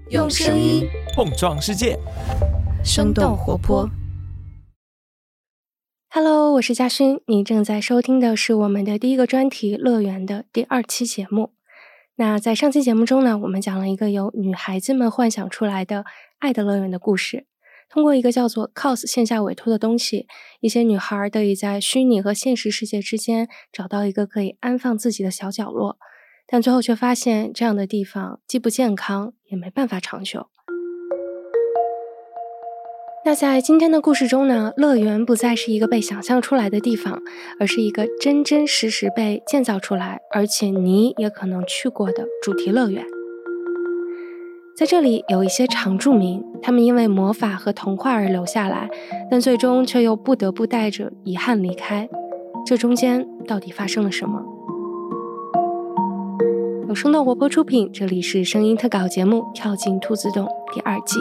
用声音碰撞世界， 生动活泼。Hello， 我是嘉勋，你正在收听的是我们的第一个专题乐园的第2期节目。那在上期节目中呢，我们讲了一个由女孩子们幻想出来的爱的乐园的故事。通过一个叫做 COS 线下委托的东西，一些女孩得以在虚拟和现实世界之间找到一个可以安放自己的小角落，但最后却发现这样的地方既不健康，也没办法长久。那在今天的故事中呢，乐园不再是一个被想象出来的地方，而是一个真真实实被建造出来，而且你也可能去过的主题乐园。在这里有一些常住民，他们因为魔法和童话而留下来，但最终却又不得不带着遗憾离开。这中间到底发生了什么？有生动活泼出品，这里是声音特稿节目《跳进兔子洞》第2季。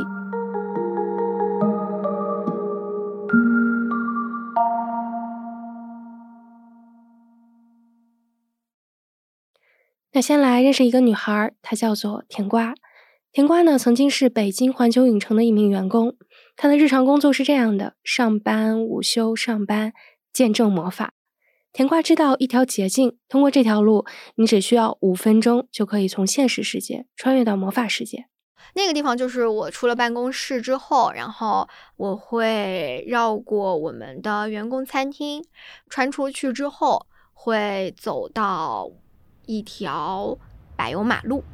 那先来认识一个女孩，她叫做甜瓜。甜瓜呢，曾经是北京环球影城的一名员工。她的日常工作是这样的：上班、午休、上班，见证魔法。甜瓜知道一条捷径，通过这条路，你只需要5分钟就可以从现实世界穿越到魔法世界。 那个地方就是我出了办公室之后，然后我会绕过我们的员工餐厅，穿出去之后会走到一条柏油马路，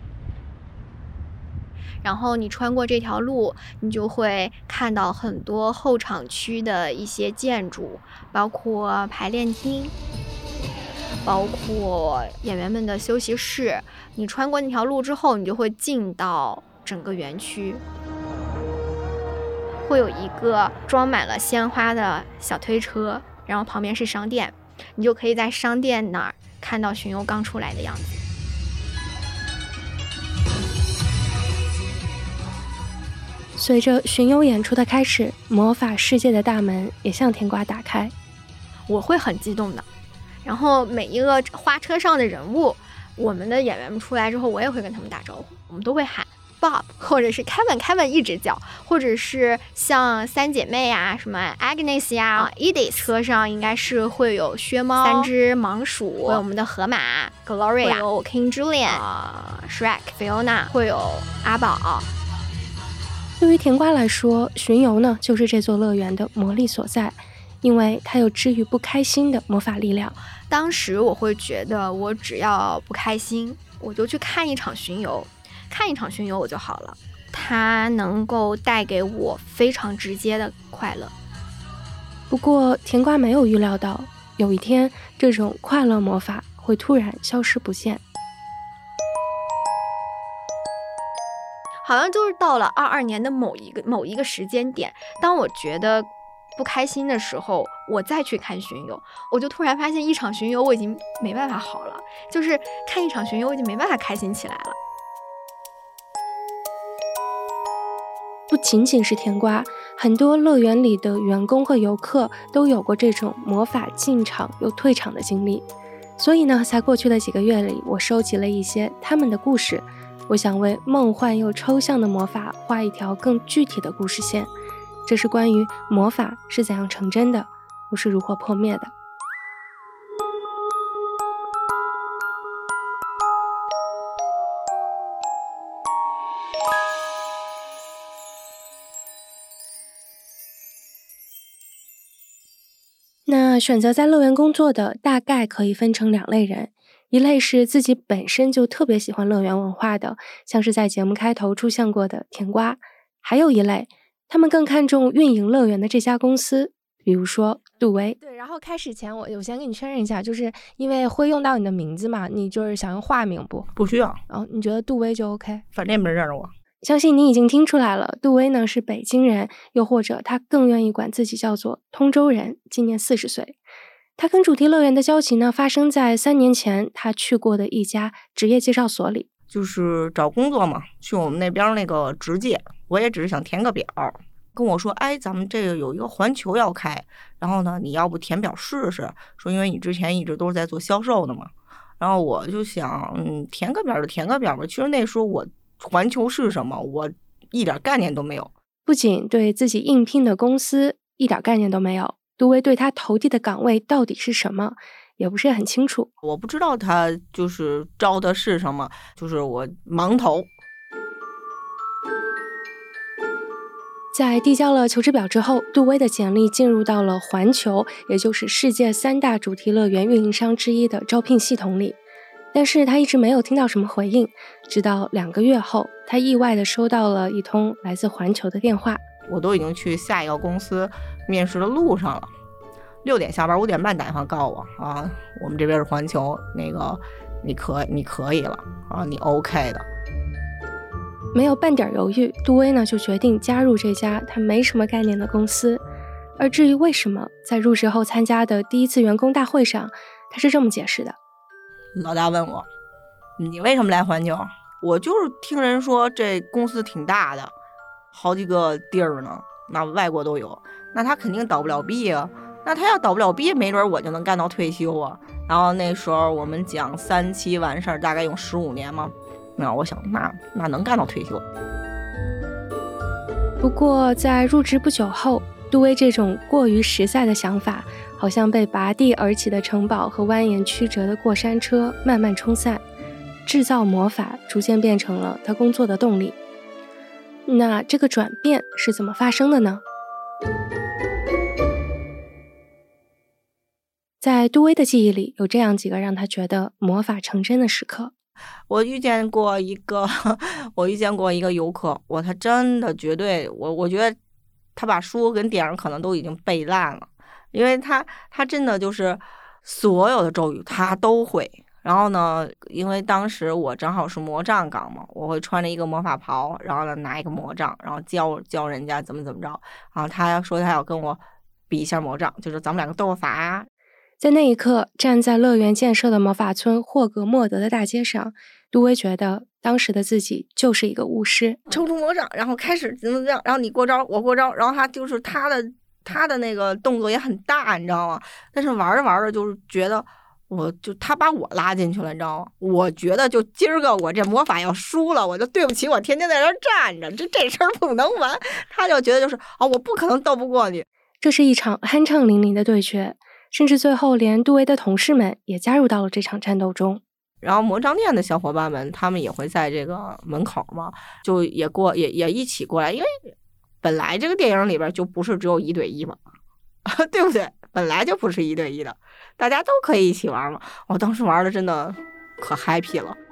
然后你穿过这条路，你就会看到很多后场区的一些建筑，包括排练厅，包括演员们的休息室。你穿过那条路之后，你就会进到整个园区，会有一个装满了鲜花的小推车，然后旁边是商店，你就可以在商店那儿看到巡游刚出来的样子。 随着巡游演出的开始，魔法世界的大门也向甜瓜打开。 我会很激动的，然后每一个花车上的人物，我们的演员们出来之后，我也会跟他们打招呼，我们都会喊 Bob 或者是 Kevin 一直叫，或者是像3姐妹啊，什么 Agnes 呀、Edith， 车上应该是会有薛猫、3只盲鼠，会有我们的河马 Gloria， 会有 King Julian、Shrek、Fiona， 会有阿宝。 对于甜瓜来说，巡游呢就是这座乐园的魔力所在，因为它有治愈不开心的魔法力量。 当时我会觉得，我只要不开心，我就去看一场巡游我就好了。它能够带给我非常直接的快乐。 不过甜瓜没有预料到，有一天这种快乐魔法会突然消失不见。 好像就是到了22年的某一个时间点，当我觉得不开心的时候，我再去看巡游，我就突然发现一场巡游我已经没办法好了，就是看一场巡游我已经没办法开心起来了。 不仅仅是甜瓜，很多乐园里的员工和游客都有过这种魔法进场又退场的经历。所以呢，在过去的几个月里，我收集了一些他们的故事。我想为梦幻又抽象的魔法画一条更具体的故事线，这是关于魔法是怎样成真的，又是如何破灭的。那选择在乐园工作的大概可以分成2类人，一类是自己本身就特别喜欢乐园文化的，像是在节目开头出现过的甜瓜，还有一类他们更看重运营乐园的这家公司，比如说杜威。 对，然后开始前我先跟你确认一下，就是因为会用到你的名字嘛，你就是想用化名不？ 不需要。 你觉得杜威就 OK？ 反正也没人认识我。 相信你已经听出来了，杜威呢是北京人，又或者他更愿意管自己叫做通州人，今年40岁。他跟主题乐园的交集呢，发生在3年前他去过的一家职业介绍所里。 就是找工作嘛，去我们那边那个职介，我也只是想填个表，跟我说，哎，咱们这个有一个环球要开，然后呢，你要不填表试试？说因为你之前一直都是在做销售的嘛。然后我就想，填个表就填个表吧。其实那时候我环球是什么，我一点概念都没有。 不仅对自己应聘的公司一点概念都没有，杜威对他投递的岗位到底是什么也不是很清楚。 我不知道他就是招的是什么，就是我盲投。 在递交了求职表之后，杜威的简历进入到了环球，也就是世界3大主题乐园运营商之一的招聘系统里。但是他一直没有听到什么回应，直到2个月后，他意外地收到了一通来自环球的电话。 我都已经去下一个公司面试的路上了，6点下班，5点半打电话告我啊，我们这边是环球，那个你可以了啊，你 OK 的。 没有半点犹豫，杜威呢就决定加入这家他没什么概念的公司。而至于为什么，在入职后参加的第一次员工大会上，他是这么解释的： 老大问我，你为什么来环球？我就是听人说这公司挺大的，好几个地儿呢，那外国都有，那他肯定倒不了闭啊。那他要倒不了闭，没准我就能干到退休啊。然后那时候我们讲3期完事儿，大概用15年嘛。那我想，那能干到退休。 不过在入职不久后，杜威这种过于实在的想法，好像被拔地而起的城堡和蜿蜒曲折的过山车慢慢冲散，制造魔法逐渐变成了他工作的动力。那这个转变是怎么发生的呢？在杜威的记忆里，有这样几个让他觉得魔法成真的时刻。 我遇见过一个游客，他真的绝对，我觉得他把书跟电影可能都已经背烂了，因为他真的就是所有的咒语他都会。然后呢，因为当时我正好是魔杖岗嘛，我会穿着一个魔法袍，然后呢拿一个魔杖，然后教人家怎么着。然后他说他要跟我比一下魔杖，就是咱们两个斗个法啊。 在那一刻，站在乐园建设的魔法村霍格莫德的大街上，杜威觉得当时的自己就是一个巫师， 抽出魔杖，然后开始怎么样，然后你过招，我过招，然后他就是他的那个动作也很大，你知道吗？但是玩着玩着就是觉得，他把我拉进去了，你知道吗？我觉得就今儿个我这魔法要输了，我就对不起我天天在这站着，这事儿不能玩。他就觉得就是我不可能斗不过你。 这是一场酣畅淋漓的对决。甚至最后连杜威的同事们也加入到了这场战斗中。 然后魔杖店的小伙伴们他们也会在这个门口嘛，就也一起过来，因为本来这个电影里边就不是只有1对1嘛对不对？本来就不是1对1的，大家都可以一起玩嘛。我当时玩的真的可 happy 了。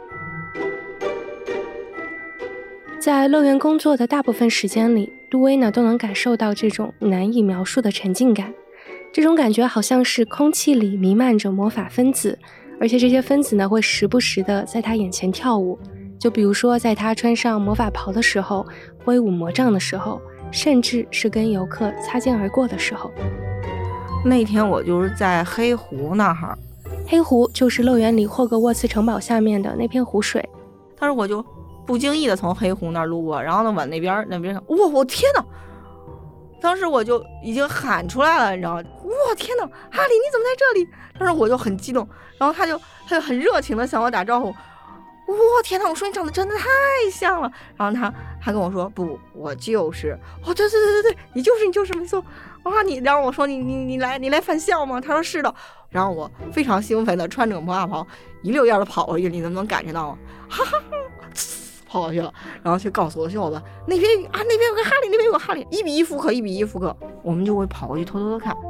在乐园工作的大部分时间里，杜威呢都能感受到这种难以描述的沉浸感。这种感觉好像是空气里弥漫着魔法分子，而且这些分子呢会时不时的在他眼前跳舞。就比如说在他穿上魔法袍的时候，挥舞魔杖的时候，甚至是跟游客擦肩而过的时候。 那天我就是在黑湖那儿， 黑湖就是乐园里霍格沃茨城堡下面的那片湖水。 但是我就不经意的从黑湖那儿路过，然后呢往那边哇，我天哪！当时我就已经喊出来了，你知道吗？哇，天哪，哈利你怎么在这里？当时我就很激动，然后他就很热情的向我打招呼。哇，天哪！我说你长得真的太像了。然后他跟我说不，我就是。哦，对，你就是没错。哇，然后我说你来返校吗？他说是的。然后我非常兴奋的穿着魔法袍一溜烟的跑过去，你能不能感觉到吗？哈哈哈。跑过去了，然后去告诉我的小伙伴，那边有个哈利，那边有个哈利，1比1复刻，1比1复刻，我们就会跑过去偷偷的看。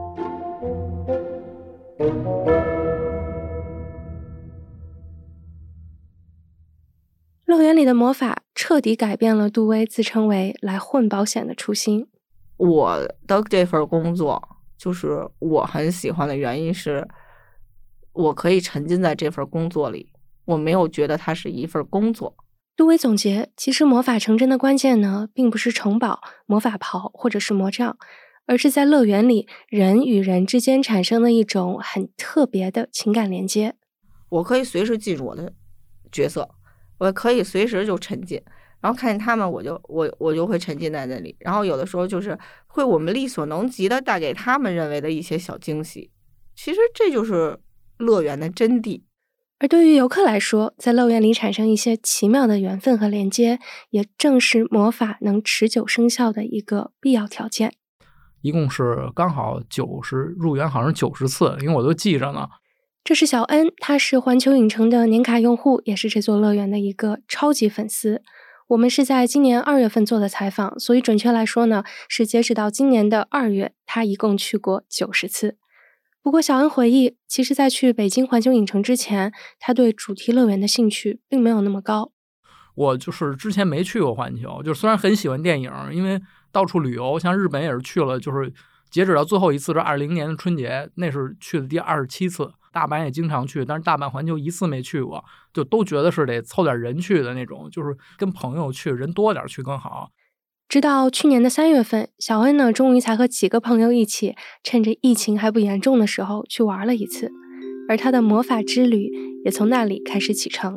乐园里的魔法彻底改变了杜威自称为来混保险的初心。 我的这份工作就是我很喜欢的原因是，我可以沉浸在这份工作里，我没有觉得它是一份工作。 杜威总结，其实魔法成真的关键呢，并不是城堡、魔法袍或者是魔杖，而是在乐园里人与人之间产生的一种很特别的情感连接。 我可以随时进入我的角色，我可以随时就沉浸，然后看见他们我就会沉浸在那里，然后有的时候就是会我们力所能及的带给他们认为的一些小惊喜。其实这就是乐园的真谛。 而对于游客来说，在乐园里产生一些奇妙的缘分和连接，也正是魔法能持久生效的一个必要条件。 一共是刚好入园好像是90次，因为我都记着呢。 这是小恩，他是环球影城的年卡用户，也是这座乐园的一个超级粉丝。我们是在今年2月份做的采访，所以准确来说呢，是截止到今年的2月，他一共去过90次。不过小恩回忆，其实在去北京环球影城之前，他对主题乐园的兴趣并没有那么高。 我就是之前没去过环球，就虽然很喜欢电影，因为到处旅游，像日本也是去了，就是截止到最后一次是20年的春节，那是去的第27次。大阪也经常去，但是大阪环球一次没去过，就都觉得是得凑点人去的那种，就是跟朋友去，人多点去更好。 直到去年的3月份，小恩呢终于才和几个朋友一起，趁着疫情还不严重的时候去玩了一次，而他的魔法之旅也从那里开始启程。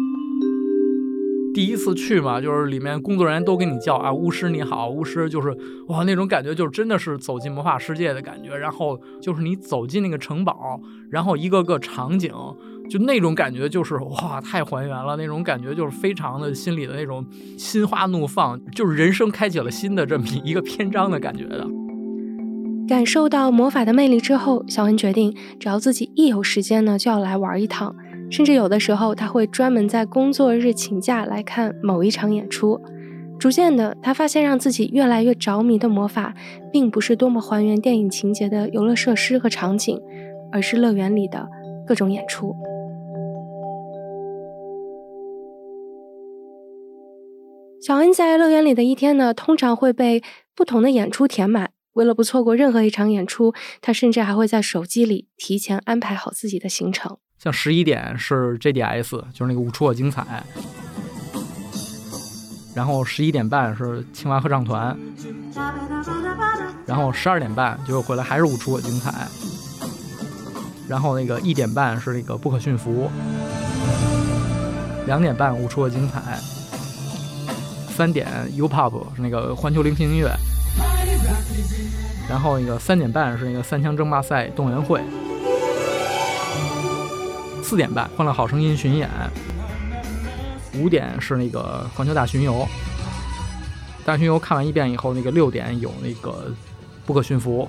第一次去嘛，就是里面工作人员都给你叫啊，巫师你好，巫师，就是哇那种感觉，就是真的是走进魔法世界的感觉。然后就是你走进那个城堡，然后一个个场景，就那种感觉就是哇太还原了，那种感觉就是非常的心里的那种心花怒放，就是人生开启了新的这么一个篇章的感觉的。 感受到魔法的魅力之后，小恩决定只要自己一有时间呢就要来玩一趟，甚至有的时候他会专门在工作日请假来看某一场演出。逐渐的，他发现让自己越来越着迷的魔法并不是多么还原电影情节的游乐设施和场景，而是乐园里的各种演出。小恩在乐园里的一天呢，通常会被不同的演出填满。为了不错过任何一场演出，他甚至还会在手机里提前安排好自己的行程。 像11点是 JDS， 就是那个舞出我精彩，然后11点半是青蛙合唱团，然后12点半就回来还是舞出我精彩，然后那个1点半是那个不可驯服，2点半舞出我精彩，3点 U-Pop 是那个环球流行音乐，然后那个3点半是那个三强争霸赛动员会，4点半欢乐好声音巡演，5点是那个环球大巡游，大巡游看完一遍以后，那个6点有那个不可驯服，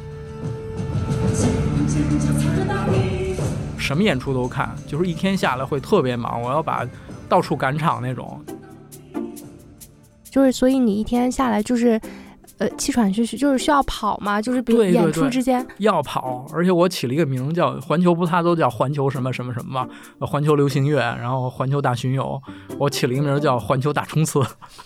什么演出都看，就是一天下来会特别忙，我要把到处赶场那种。 就是所以你一天下来就是气喘吁吁，就是需要跑嘛，就是比如演出之间要跑，而且我起了一个名叫环球，不它都叫环球什么什么什么嘛，环球流行乐，然后环球大巡游，我起了一个名叫环球大冲刺。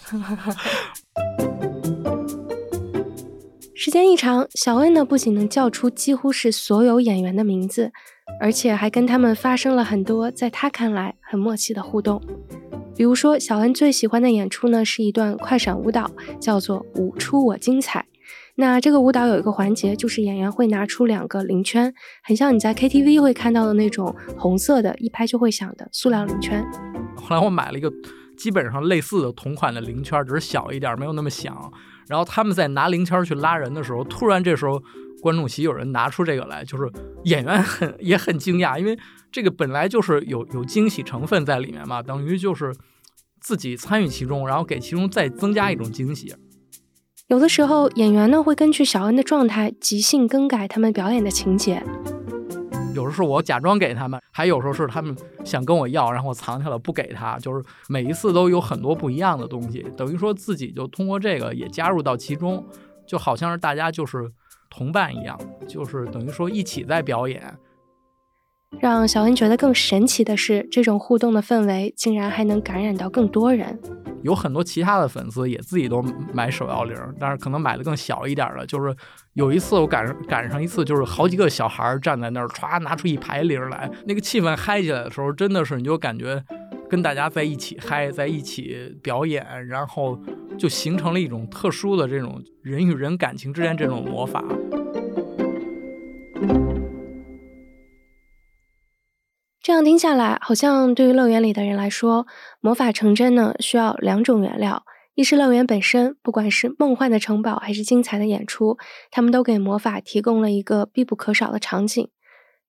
时间一长，小恩呢不仅能叫出几乎是所有演员的名字，而且还跟他们发生了很多在他看来很默契的互动。比如说，小恩最喜欢的演出呢是一段快闪舞蹈，叫做舞出我精彩。那这个舞蹈有一个环节，就是演员会拿出2个铃圈，很像你在 KTV 会看到的那种红色的一拍就会响的塑料铃圈。 后来我买了一个基本上类似的同款的铃圈，只是小一点，没有那么响。然后他们在拿铃圈去拉人的时候，突然这时候观众席有人拿出这个来，就是演员也很惊讶，因为这个本来就是有惊喜成分在里面嘛，等于就是自己参与其中，然后给其中再增加一种惊喜。 有的时候演员呢会根据小恩的状态即兴更改他们表演的情节， 有时候是我假装给他们，还有时候是他们想跟我要，然后我藏起来不给他，就是每一次都有很多不一样的东西，等于说自己就通过这个也加入到其中，就好像是大家就是同伴一样，就是等于说一起在表演。 让小恩觉得更神奇的是，这种互动的氛围竟然还能感染到更多人。 有很多其他的粉丝也自己都买手摇铃，但是可能买的更小一点的。就是有一次我赶上一次，就是好几个小孩站在那儿，歘拿出一排铃来，那个气氛嗨起来的时候，真的是你就感觉跟大家在一起嗨，在一起表演，然后就形成了一种特殊的这种人与人感情之间这种魔法。 这样听下来，好像对于乐园里的人来说，魔法成真呢需要2种原料，一是乐园本身，不管是梦幻的城堡还是精彩的演出，他们都给魔法提供了一个必不可少的场景。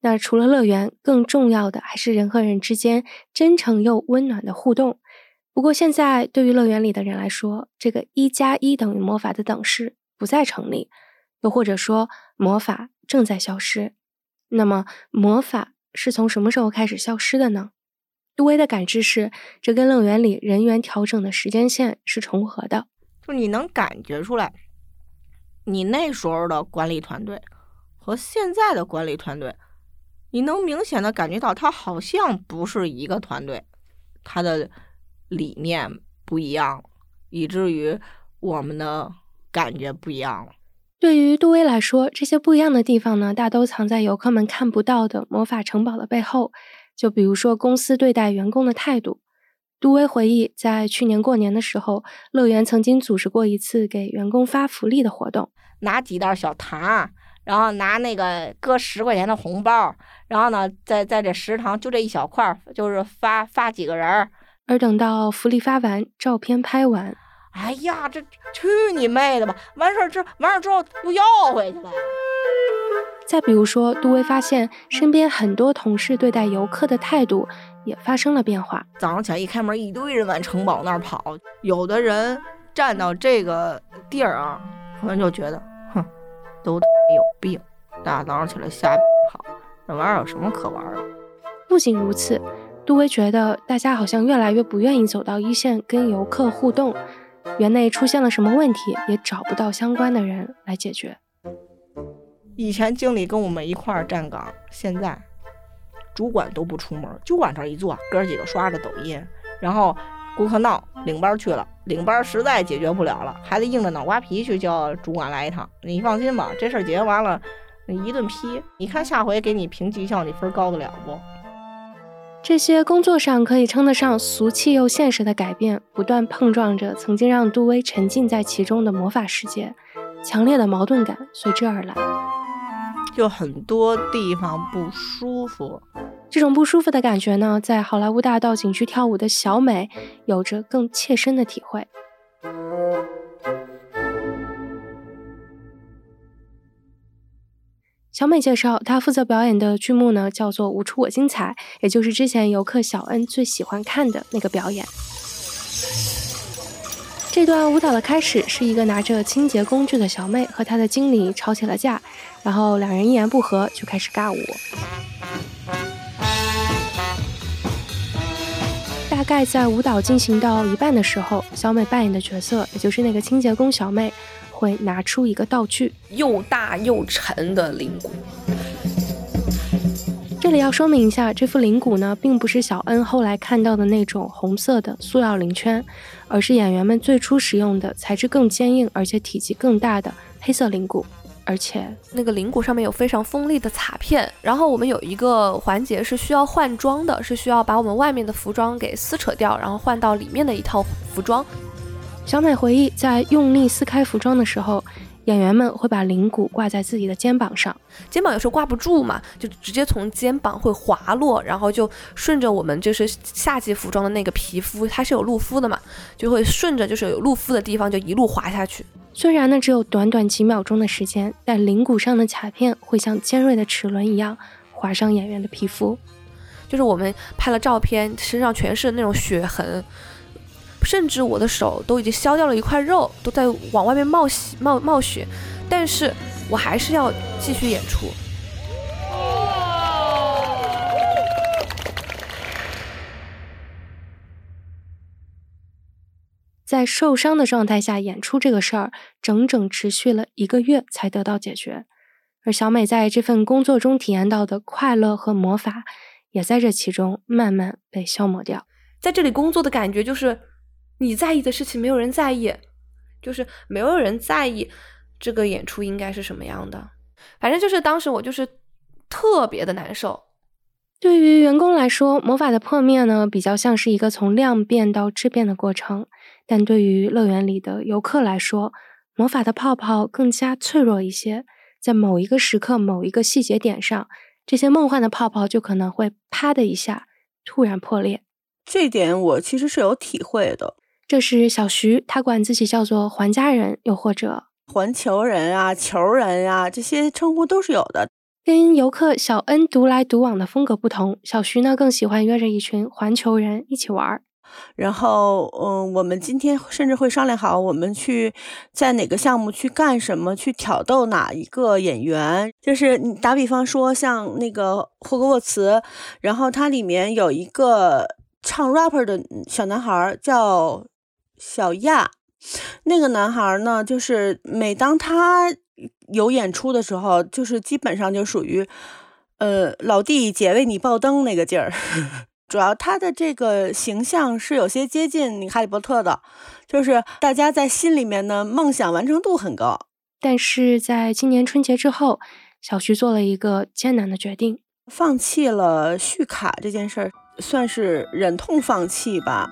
那除了乐园，更重要的还是人和人之间真诚又温暖的互动。不过现在对于乐园里的人来说，这个1+1等于魔法的等式不再成立，又或者说魔法正在消失。那么魔法是从什么时候开始消失的呢？杜威的感知是，这跟乐园里人员调整的时间线是重合的。 就你能感觉出来，你那时候的管理团队和现在的管理团队，你能明显的感觉到它好像不是一个团队，它的理念不一样了，以至于我们的感觉不一样了。 对于杜威来说，这些不一样的地方呢，大都藏在游客们看不到的魔法城堡的背后。就比如说公司对待员工的态度。杜威回忆，在去年过年的时候，乐园曾经组织过一次给员工发福利的活动， 拿几袋小糖，然后拿那个搁10块钱的红包，然后呢，在这食堂就这一小块，就是发几个人。 而等到福利发完，照片拍完， 哎呀，这去你妹的吧！完事儿之后又要回去了。 再比如说，杜威发现身边很多同事对待游客的态度也发生了变化。 早上起来一开门，一堆人往城堡那儿跑，有的人站到这个地儿啊，可能就觉得，都有病，大早上起来瞎跑，那玩意儿有什么可玩的？ 不仅如此，杜威觉得大家好像越来越不愿意走到一线跟游客互动，园内出现了什么问题，也找不到相关的人来解决。 以前经理跟我们一块儿站岗，现在主管都不出门，就往这儿一坐，哥几个刷着抖音，然后顾客闹，领班去了，领班实在解决不了了，还得硬着脑瓜皮去叫主管来一趟。你放心吧，这事儿解决完了，你一顿批，你看下回给你评绩效，你分高得了不？ 这些工作上可以称得上俗气又现实的改变，不断碰撞着曾经让杜威沉浸在其中的魔法世界，强烈的矛盾感随之而来。 就很多地方不舒服。 这种不舒服的感觉呢，在好莱坞大道景区跳舞的小美有着更切身的体会。小美介绍，她负责表演的剧目呢，叫做《舞出我精彩》，也就是之前游客小恩最喜欢看的那个表演。这段舞蹈的开始是一个拿着清洁工具的小妹和她的经理吵起了架，然后两人一言不合就开始尬舞。大概在舞蹈进行到一半的时候，小美扮演的角色，也就是那个清洁工小妹，会拿出一个道具， 又大又沉的铃鼓。 这里要说明一下，这副铃鼓呢，并不是小恩后来看到的那种红色的塑料铃圈，而是演员们最初使用的材质更坚硬而且体积更大的黑色铃鼓。而且那个铃鼓上面有非常锋利的卡片，然后我们有一个环节是需要换装的，是需要把我们外面的服装给撕扯掉，然后换到里面的一套服装。 小美回忆，在用力撕开服装的时候，演员们会把铃鼓挂在自己的肩膀上， 肩膀有时候挂不住嘛，就直接从肩膀会滑落，然后就顺着我们就是夏季服装的那个皮肤，它是有露肤的嘛，就会顺着就是有露肤的地方就一路滑下去。 虽然呢只有短短几秒钟的时间，但铃鼓上的卡片会像尖锐的齿轮一样划上演员的皮肤。 就是我们拍了照片，身上全是那种血痕，甚至我的手都已经削掉了一块肉，都在往外面冒血，但是我还是要继续演出。 在受伤的状态下演出这个事儿，整整持续了1个月才得到解决。而小美在这份工作中体验到的快乐和魔法，也在这其中慢慢被消磨掉。 在这里工作的感觉就是你在意的事情没有人在意，就是没有人在意这个演出应该是什么样的。反正就是当时我就是特别的难受。 对于员工来说，魔法的破灭呢，比较像是一个从量变到质变的过程，但对于乐园里的游客来说，魔法的泡泡更加脆弱一些，在某一个时刻某一个细节点上，这些梦幻的泡泡就可能会啪的一下突然破裂。 这点我其实是有体会的。 这是小徐，他管自己叫做环家人，又或者环球人啊、球人啊，这些称呼都是有的。 跟游客小恩独来独往的风格不同，小徐呢更喜欢约着一群环球人一起玩。 然后，我们今天甚至会商量好，我们去在哪个项目去干什么，去挑逗哪一个演员。就是你打比方说，像那个霍格沃茨，然后它里面有一个唱 rapper 的小男孩叫小亚，那个男孩呢，就是每当他有演出的时候，就是基本上就属于，老弟姐为你爆灯那个劲儿。主要他的这个形象是有些接近哈利波特的，就是大家在心里面呢梦想完成度很高。 但是在今年春节之后，小徐做了一个艰难的决定， 放弃了续卡这件事儿，算是忍痛放弃吧。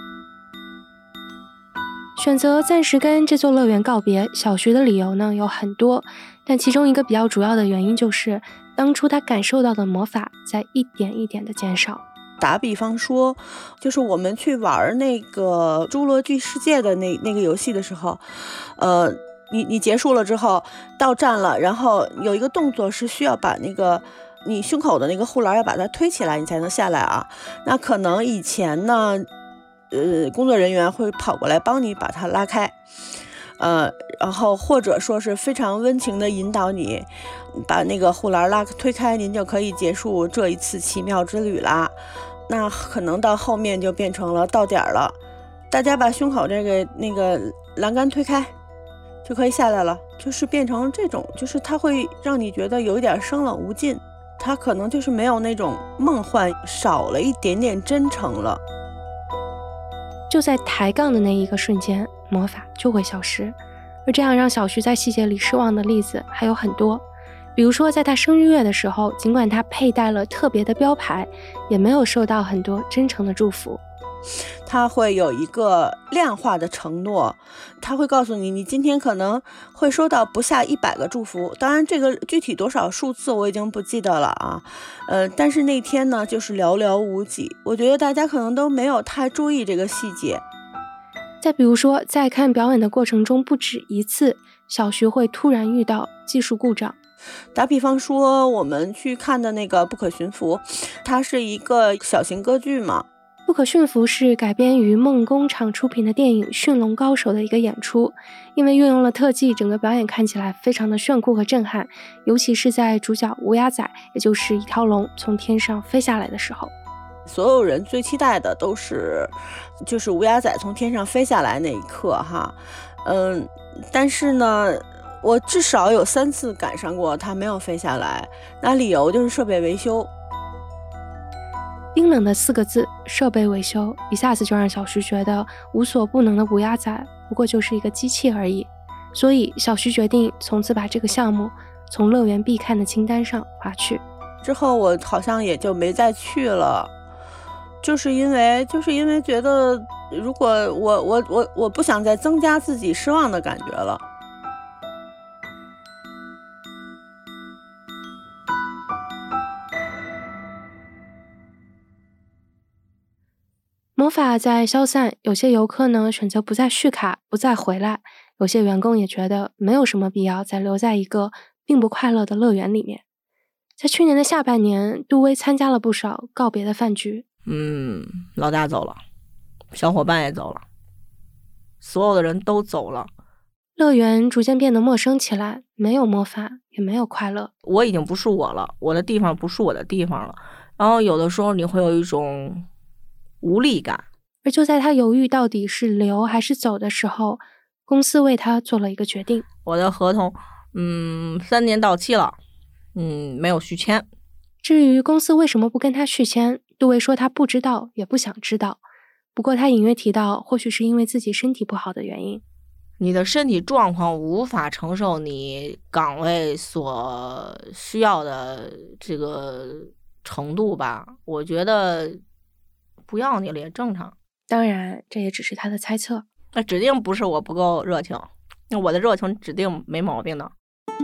选择暂时跟这座乐园告别，小徐的理由呢有很多，但其中一个比较主要的原因就是当初他感受到的魔法在一点一点的减少。 打比方说，就是我们去玩那个侏罗纪世界的那个游戏的时候，你结束了之后到站了，然后有一个动作是需要把那个你胸口的那个护栏要把它推起来，你才能下来啊。那可能以前呢，工作人员会跑过来帮你把它拉开，然后或者说是非常温情的引导你把那个护栏推开，您就可以结束这一次奇妙之旅啦。那可能到后面就变成了到点了，大家把胸口那个栏杆推开就可以下来了，就是变成这种，就是它会让你觉得有一点生冷无尽，它可能就是没有那种梦幻，少了一点点真诚了。 就在抬杠的那一个瞬间，魔法就会消失。而这样让小徐在细节里失望的例子还有很多，比如说在他生日月的时候，尽管他佩戴了特别的标牌，也没有受到很多真诚的祝福。 他会有一个量化的承诺，他会告诉你，你今天可能会收到不下100个祝福，当然这个具体多少数字我已经不记得了啊，但是那天呢就是寥寥无几，我觉得大家可能都没有太注意这个细节。 再比如说，在看表演的过程中，不止一次，小徐会突然遇到技术故障。 打比方说，我们去看的那个《不可驯服》，它是一个小型歌剧嘛。 不可驯服是改编于梦工厂出品的电影《驯龙高手》的一个演出，因为运用了特技，整个表演看起来非常的炫酷和震撼，尤其是在主角乌鸦仔，也就是一条龙从天上飞下来的时候。 所有人最期待的都是就是乌鸦仔从天上飞下来那一刻哈，但是呢我至少有3次赶上过它没有飞下来，那理由就是设备维修。 冰冷的4个字设备维修，一下子就让小徐觉得无所不能的乌鸦仔不过就是一个机器而已，所以小徐决定从此把这个项目从乐园必看的清单上划去。 之后我好像也就没再去了，就是因为觉得如果我不想再增加自己失望的感觉了。 魔法在消散，有些游客呢选择不再续卡，不再回来，有些员工也觉得没有什么必要再留在一个并不快乐的乐园里面。在去年的下半年，杜威参加了不少告别的饭局。 老大走了，小伙伴也走了，所有的人都走了， 乐园逐渐变得陌生起来，没有魔法，也没有快乐。 我已经不是我了，我的地方不是我的地方了，然后有的时候你会有一种无力感。 而就在他犹豫到底是留还是走的时候，公司为他做了一个决定。 我的合同3年到期了，没有续签。 至于公司为什么不跟他续签，杜威说他不知道，也不想知道。不过他隐约提到，或许是因为自己身体不好的原因。 你的身体状况无法承受你岗位所需要的这个程度吧，我觉得不要你了也正常。 当然，这也只是他的猜测。 那指定不是我不够热情，那我的热情指定没毛病的。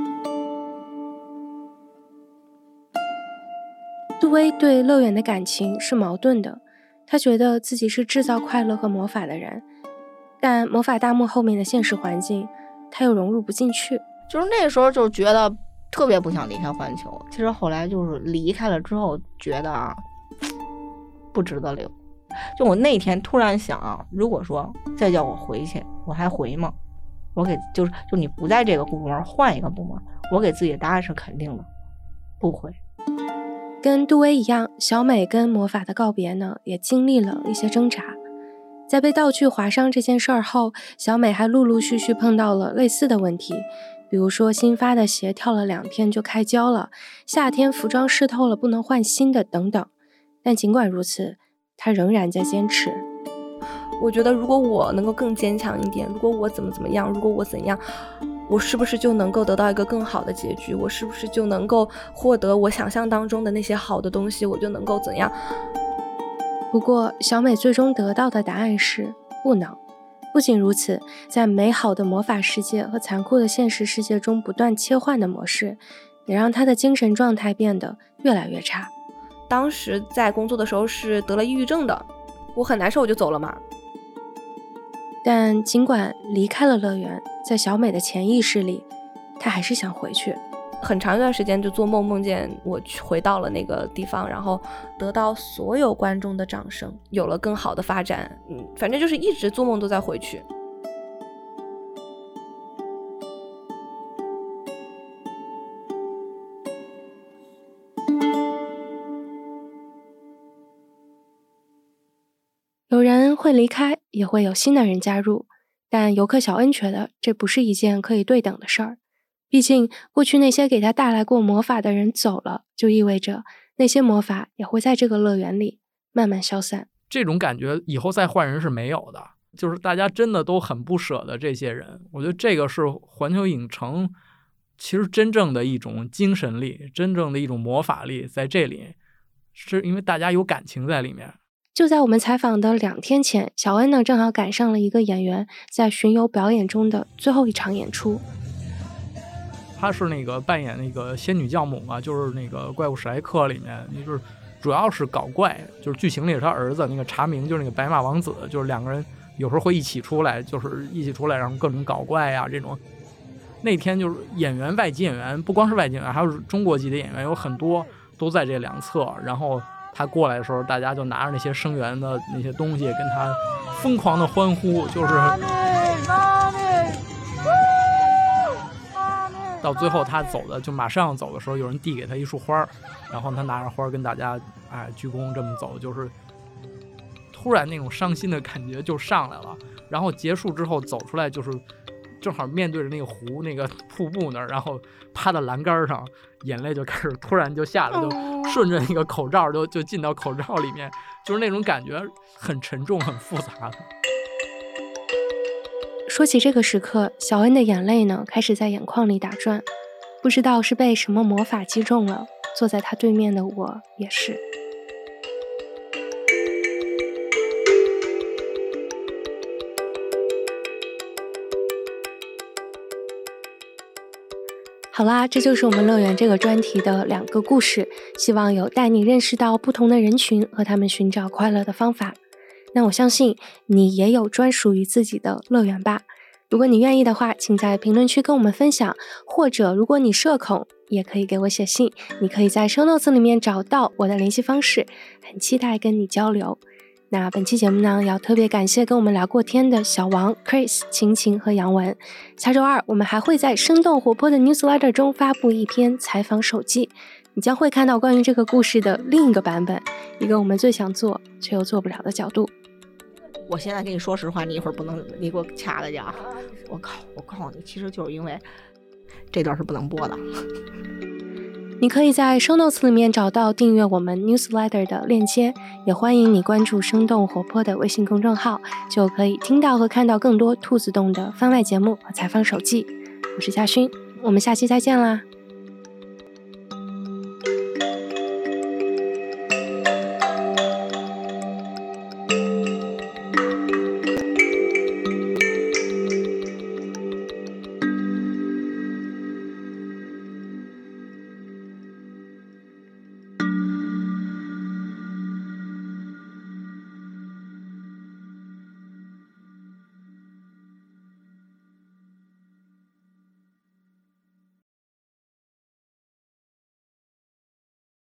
杜威对乐园的感情是矛盾的，他觉得自己是制造快乐和魔法的人，但魔法大幕后面的现实环境他又融入不进去。 就是那时候就觉得特别不想离开环球。其实后来就是离开了之后，觉得啊，不值得留。就我那天突然想啊，如果说再叫我回去，我还回吗？我给就你不在这个部门，换一个部门，我给自己的答案是肯定的，不回。 跟杜威一样，小美跟魔法的告别呢，也经历了一些挣扎。在被道具划伤这件事儿后，小美还陆陆续续碰到了类似的问题，比如说新发的鞋跳了2天就开胶了，夏天服装湿透了不能换新的等等。但尽管如此，她仍然在坚持。 我觉得如果我能够更坚强一点，如果我怎么样，如果我怎样，我是不是就能够得到一个更好的结局？我是不是就能够获得我想象当中的那些好的东西？我就能够怎样？ 不过小美最终得到的答案是不能。不仅如此，在美好的魔法世界和残酷的现实世界中不断切换的模式，也让她的精神状态变得越来越差。 当时在工作的时候是得了抑郁症的，我很难受，我就走了嘛。 但尽管离开了乐园，在小美的潜意识里，她还是想回去。 很长一段时间就做梦见我回到了那个地方，然后得到所有观众的掌声，有了更好的发展。反正就是一直做梦都在回去。 有人会离开，也会有新的人加入，但游客小恩觉得这不是一件可以对等的事儿。毕竟过去那些给他带来过魔法的人走了，就意味着那些魔法也会在这个乐园里慢慢消散。 这种感觉以后再换人是没有的，就是大家真的都很不舍的这些人。我觉得这个是环球影城其实真正的一种精神力，真正的一种魔法力在这里，是因为大家有感情在里面。 就在我们采访的2天前，小恩呢正好赶上了一个演员在巡游表演中的最后一场演出。 他是那个扮演那个仙女教母嘛，就是那个怪物史莱克里面，就是主要是搞怪，就是剧情里是他儿子那个查明，就是那个白马王子，就是2个人有时候会一起出来，就是一起出来然后各种搞怪啊这种。那天就是演员，外籍演员，不光是外籍演员，还有中国籍的演员有很多都在这2侧，然后他过来的时候，大家就拿着那些声援的那些东西跟他疯狂的欢呼，就是到最后他走的就马上要走的时候，有人递给他一束花，然后他拿着花跟大家鞠躬这么走，就是突然那种伤心的感觉就上来了。然后结束之后走出来，就是正好面对着那个湖那个瀑布那儿，然后趴在栏杆上，眼泪就开始突然就下来，就顺着那个口罩就进到口罩里面，就是那种感觉很沉重很复杂的。 说起这个时刻，小恩的眼泪呢开始在眼眶里打转，不知道是被什么魔法击中了，坐在他对面的我也是。好啦，这就是我们乐园这个专题的2个故事，希望有带你认识到不同的人群和他们寻找快乐的方法。那我相信你也有专属于自己的乐园吧。如果你愿意的话，请在评论区跟我们分享，或者如果你社恐，也可以给我写信，你可以在 show notes 里面找到我的联系方式，很期待跟你交流。那本期节目呢，要特别感谢跟我们聊过天的小王、Chris、晴晴和杨文。下周2我们还会在生动活泼的 newsletter 中发布一篇采访手记，你将会看到关于这个故事的另一个版本，一个我们最想做却又做不了的角度。 我现在跟你说实话，你一会儿不能，你给我掐了去啊！我告诉你，其实就是因为这段是不能播的。 你可以在 show notes 里面找到订阅我们 newsletter 的链接，也欢迎你关注生动活泼的微信公众号，就可以听到和看到更多兔子洞的番外节目和采访手记。我是夏勋，我们下期再见啦！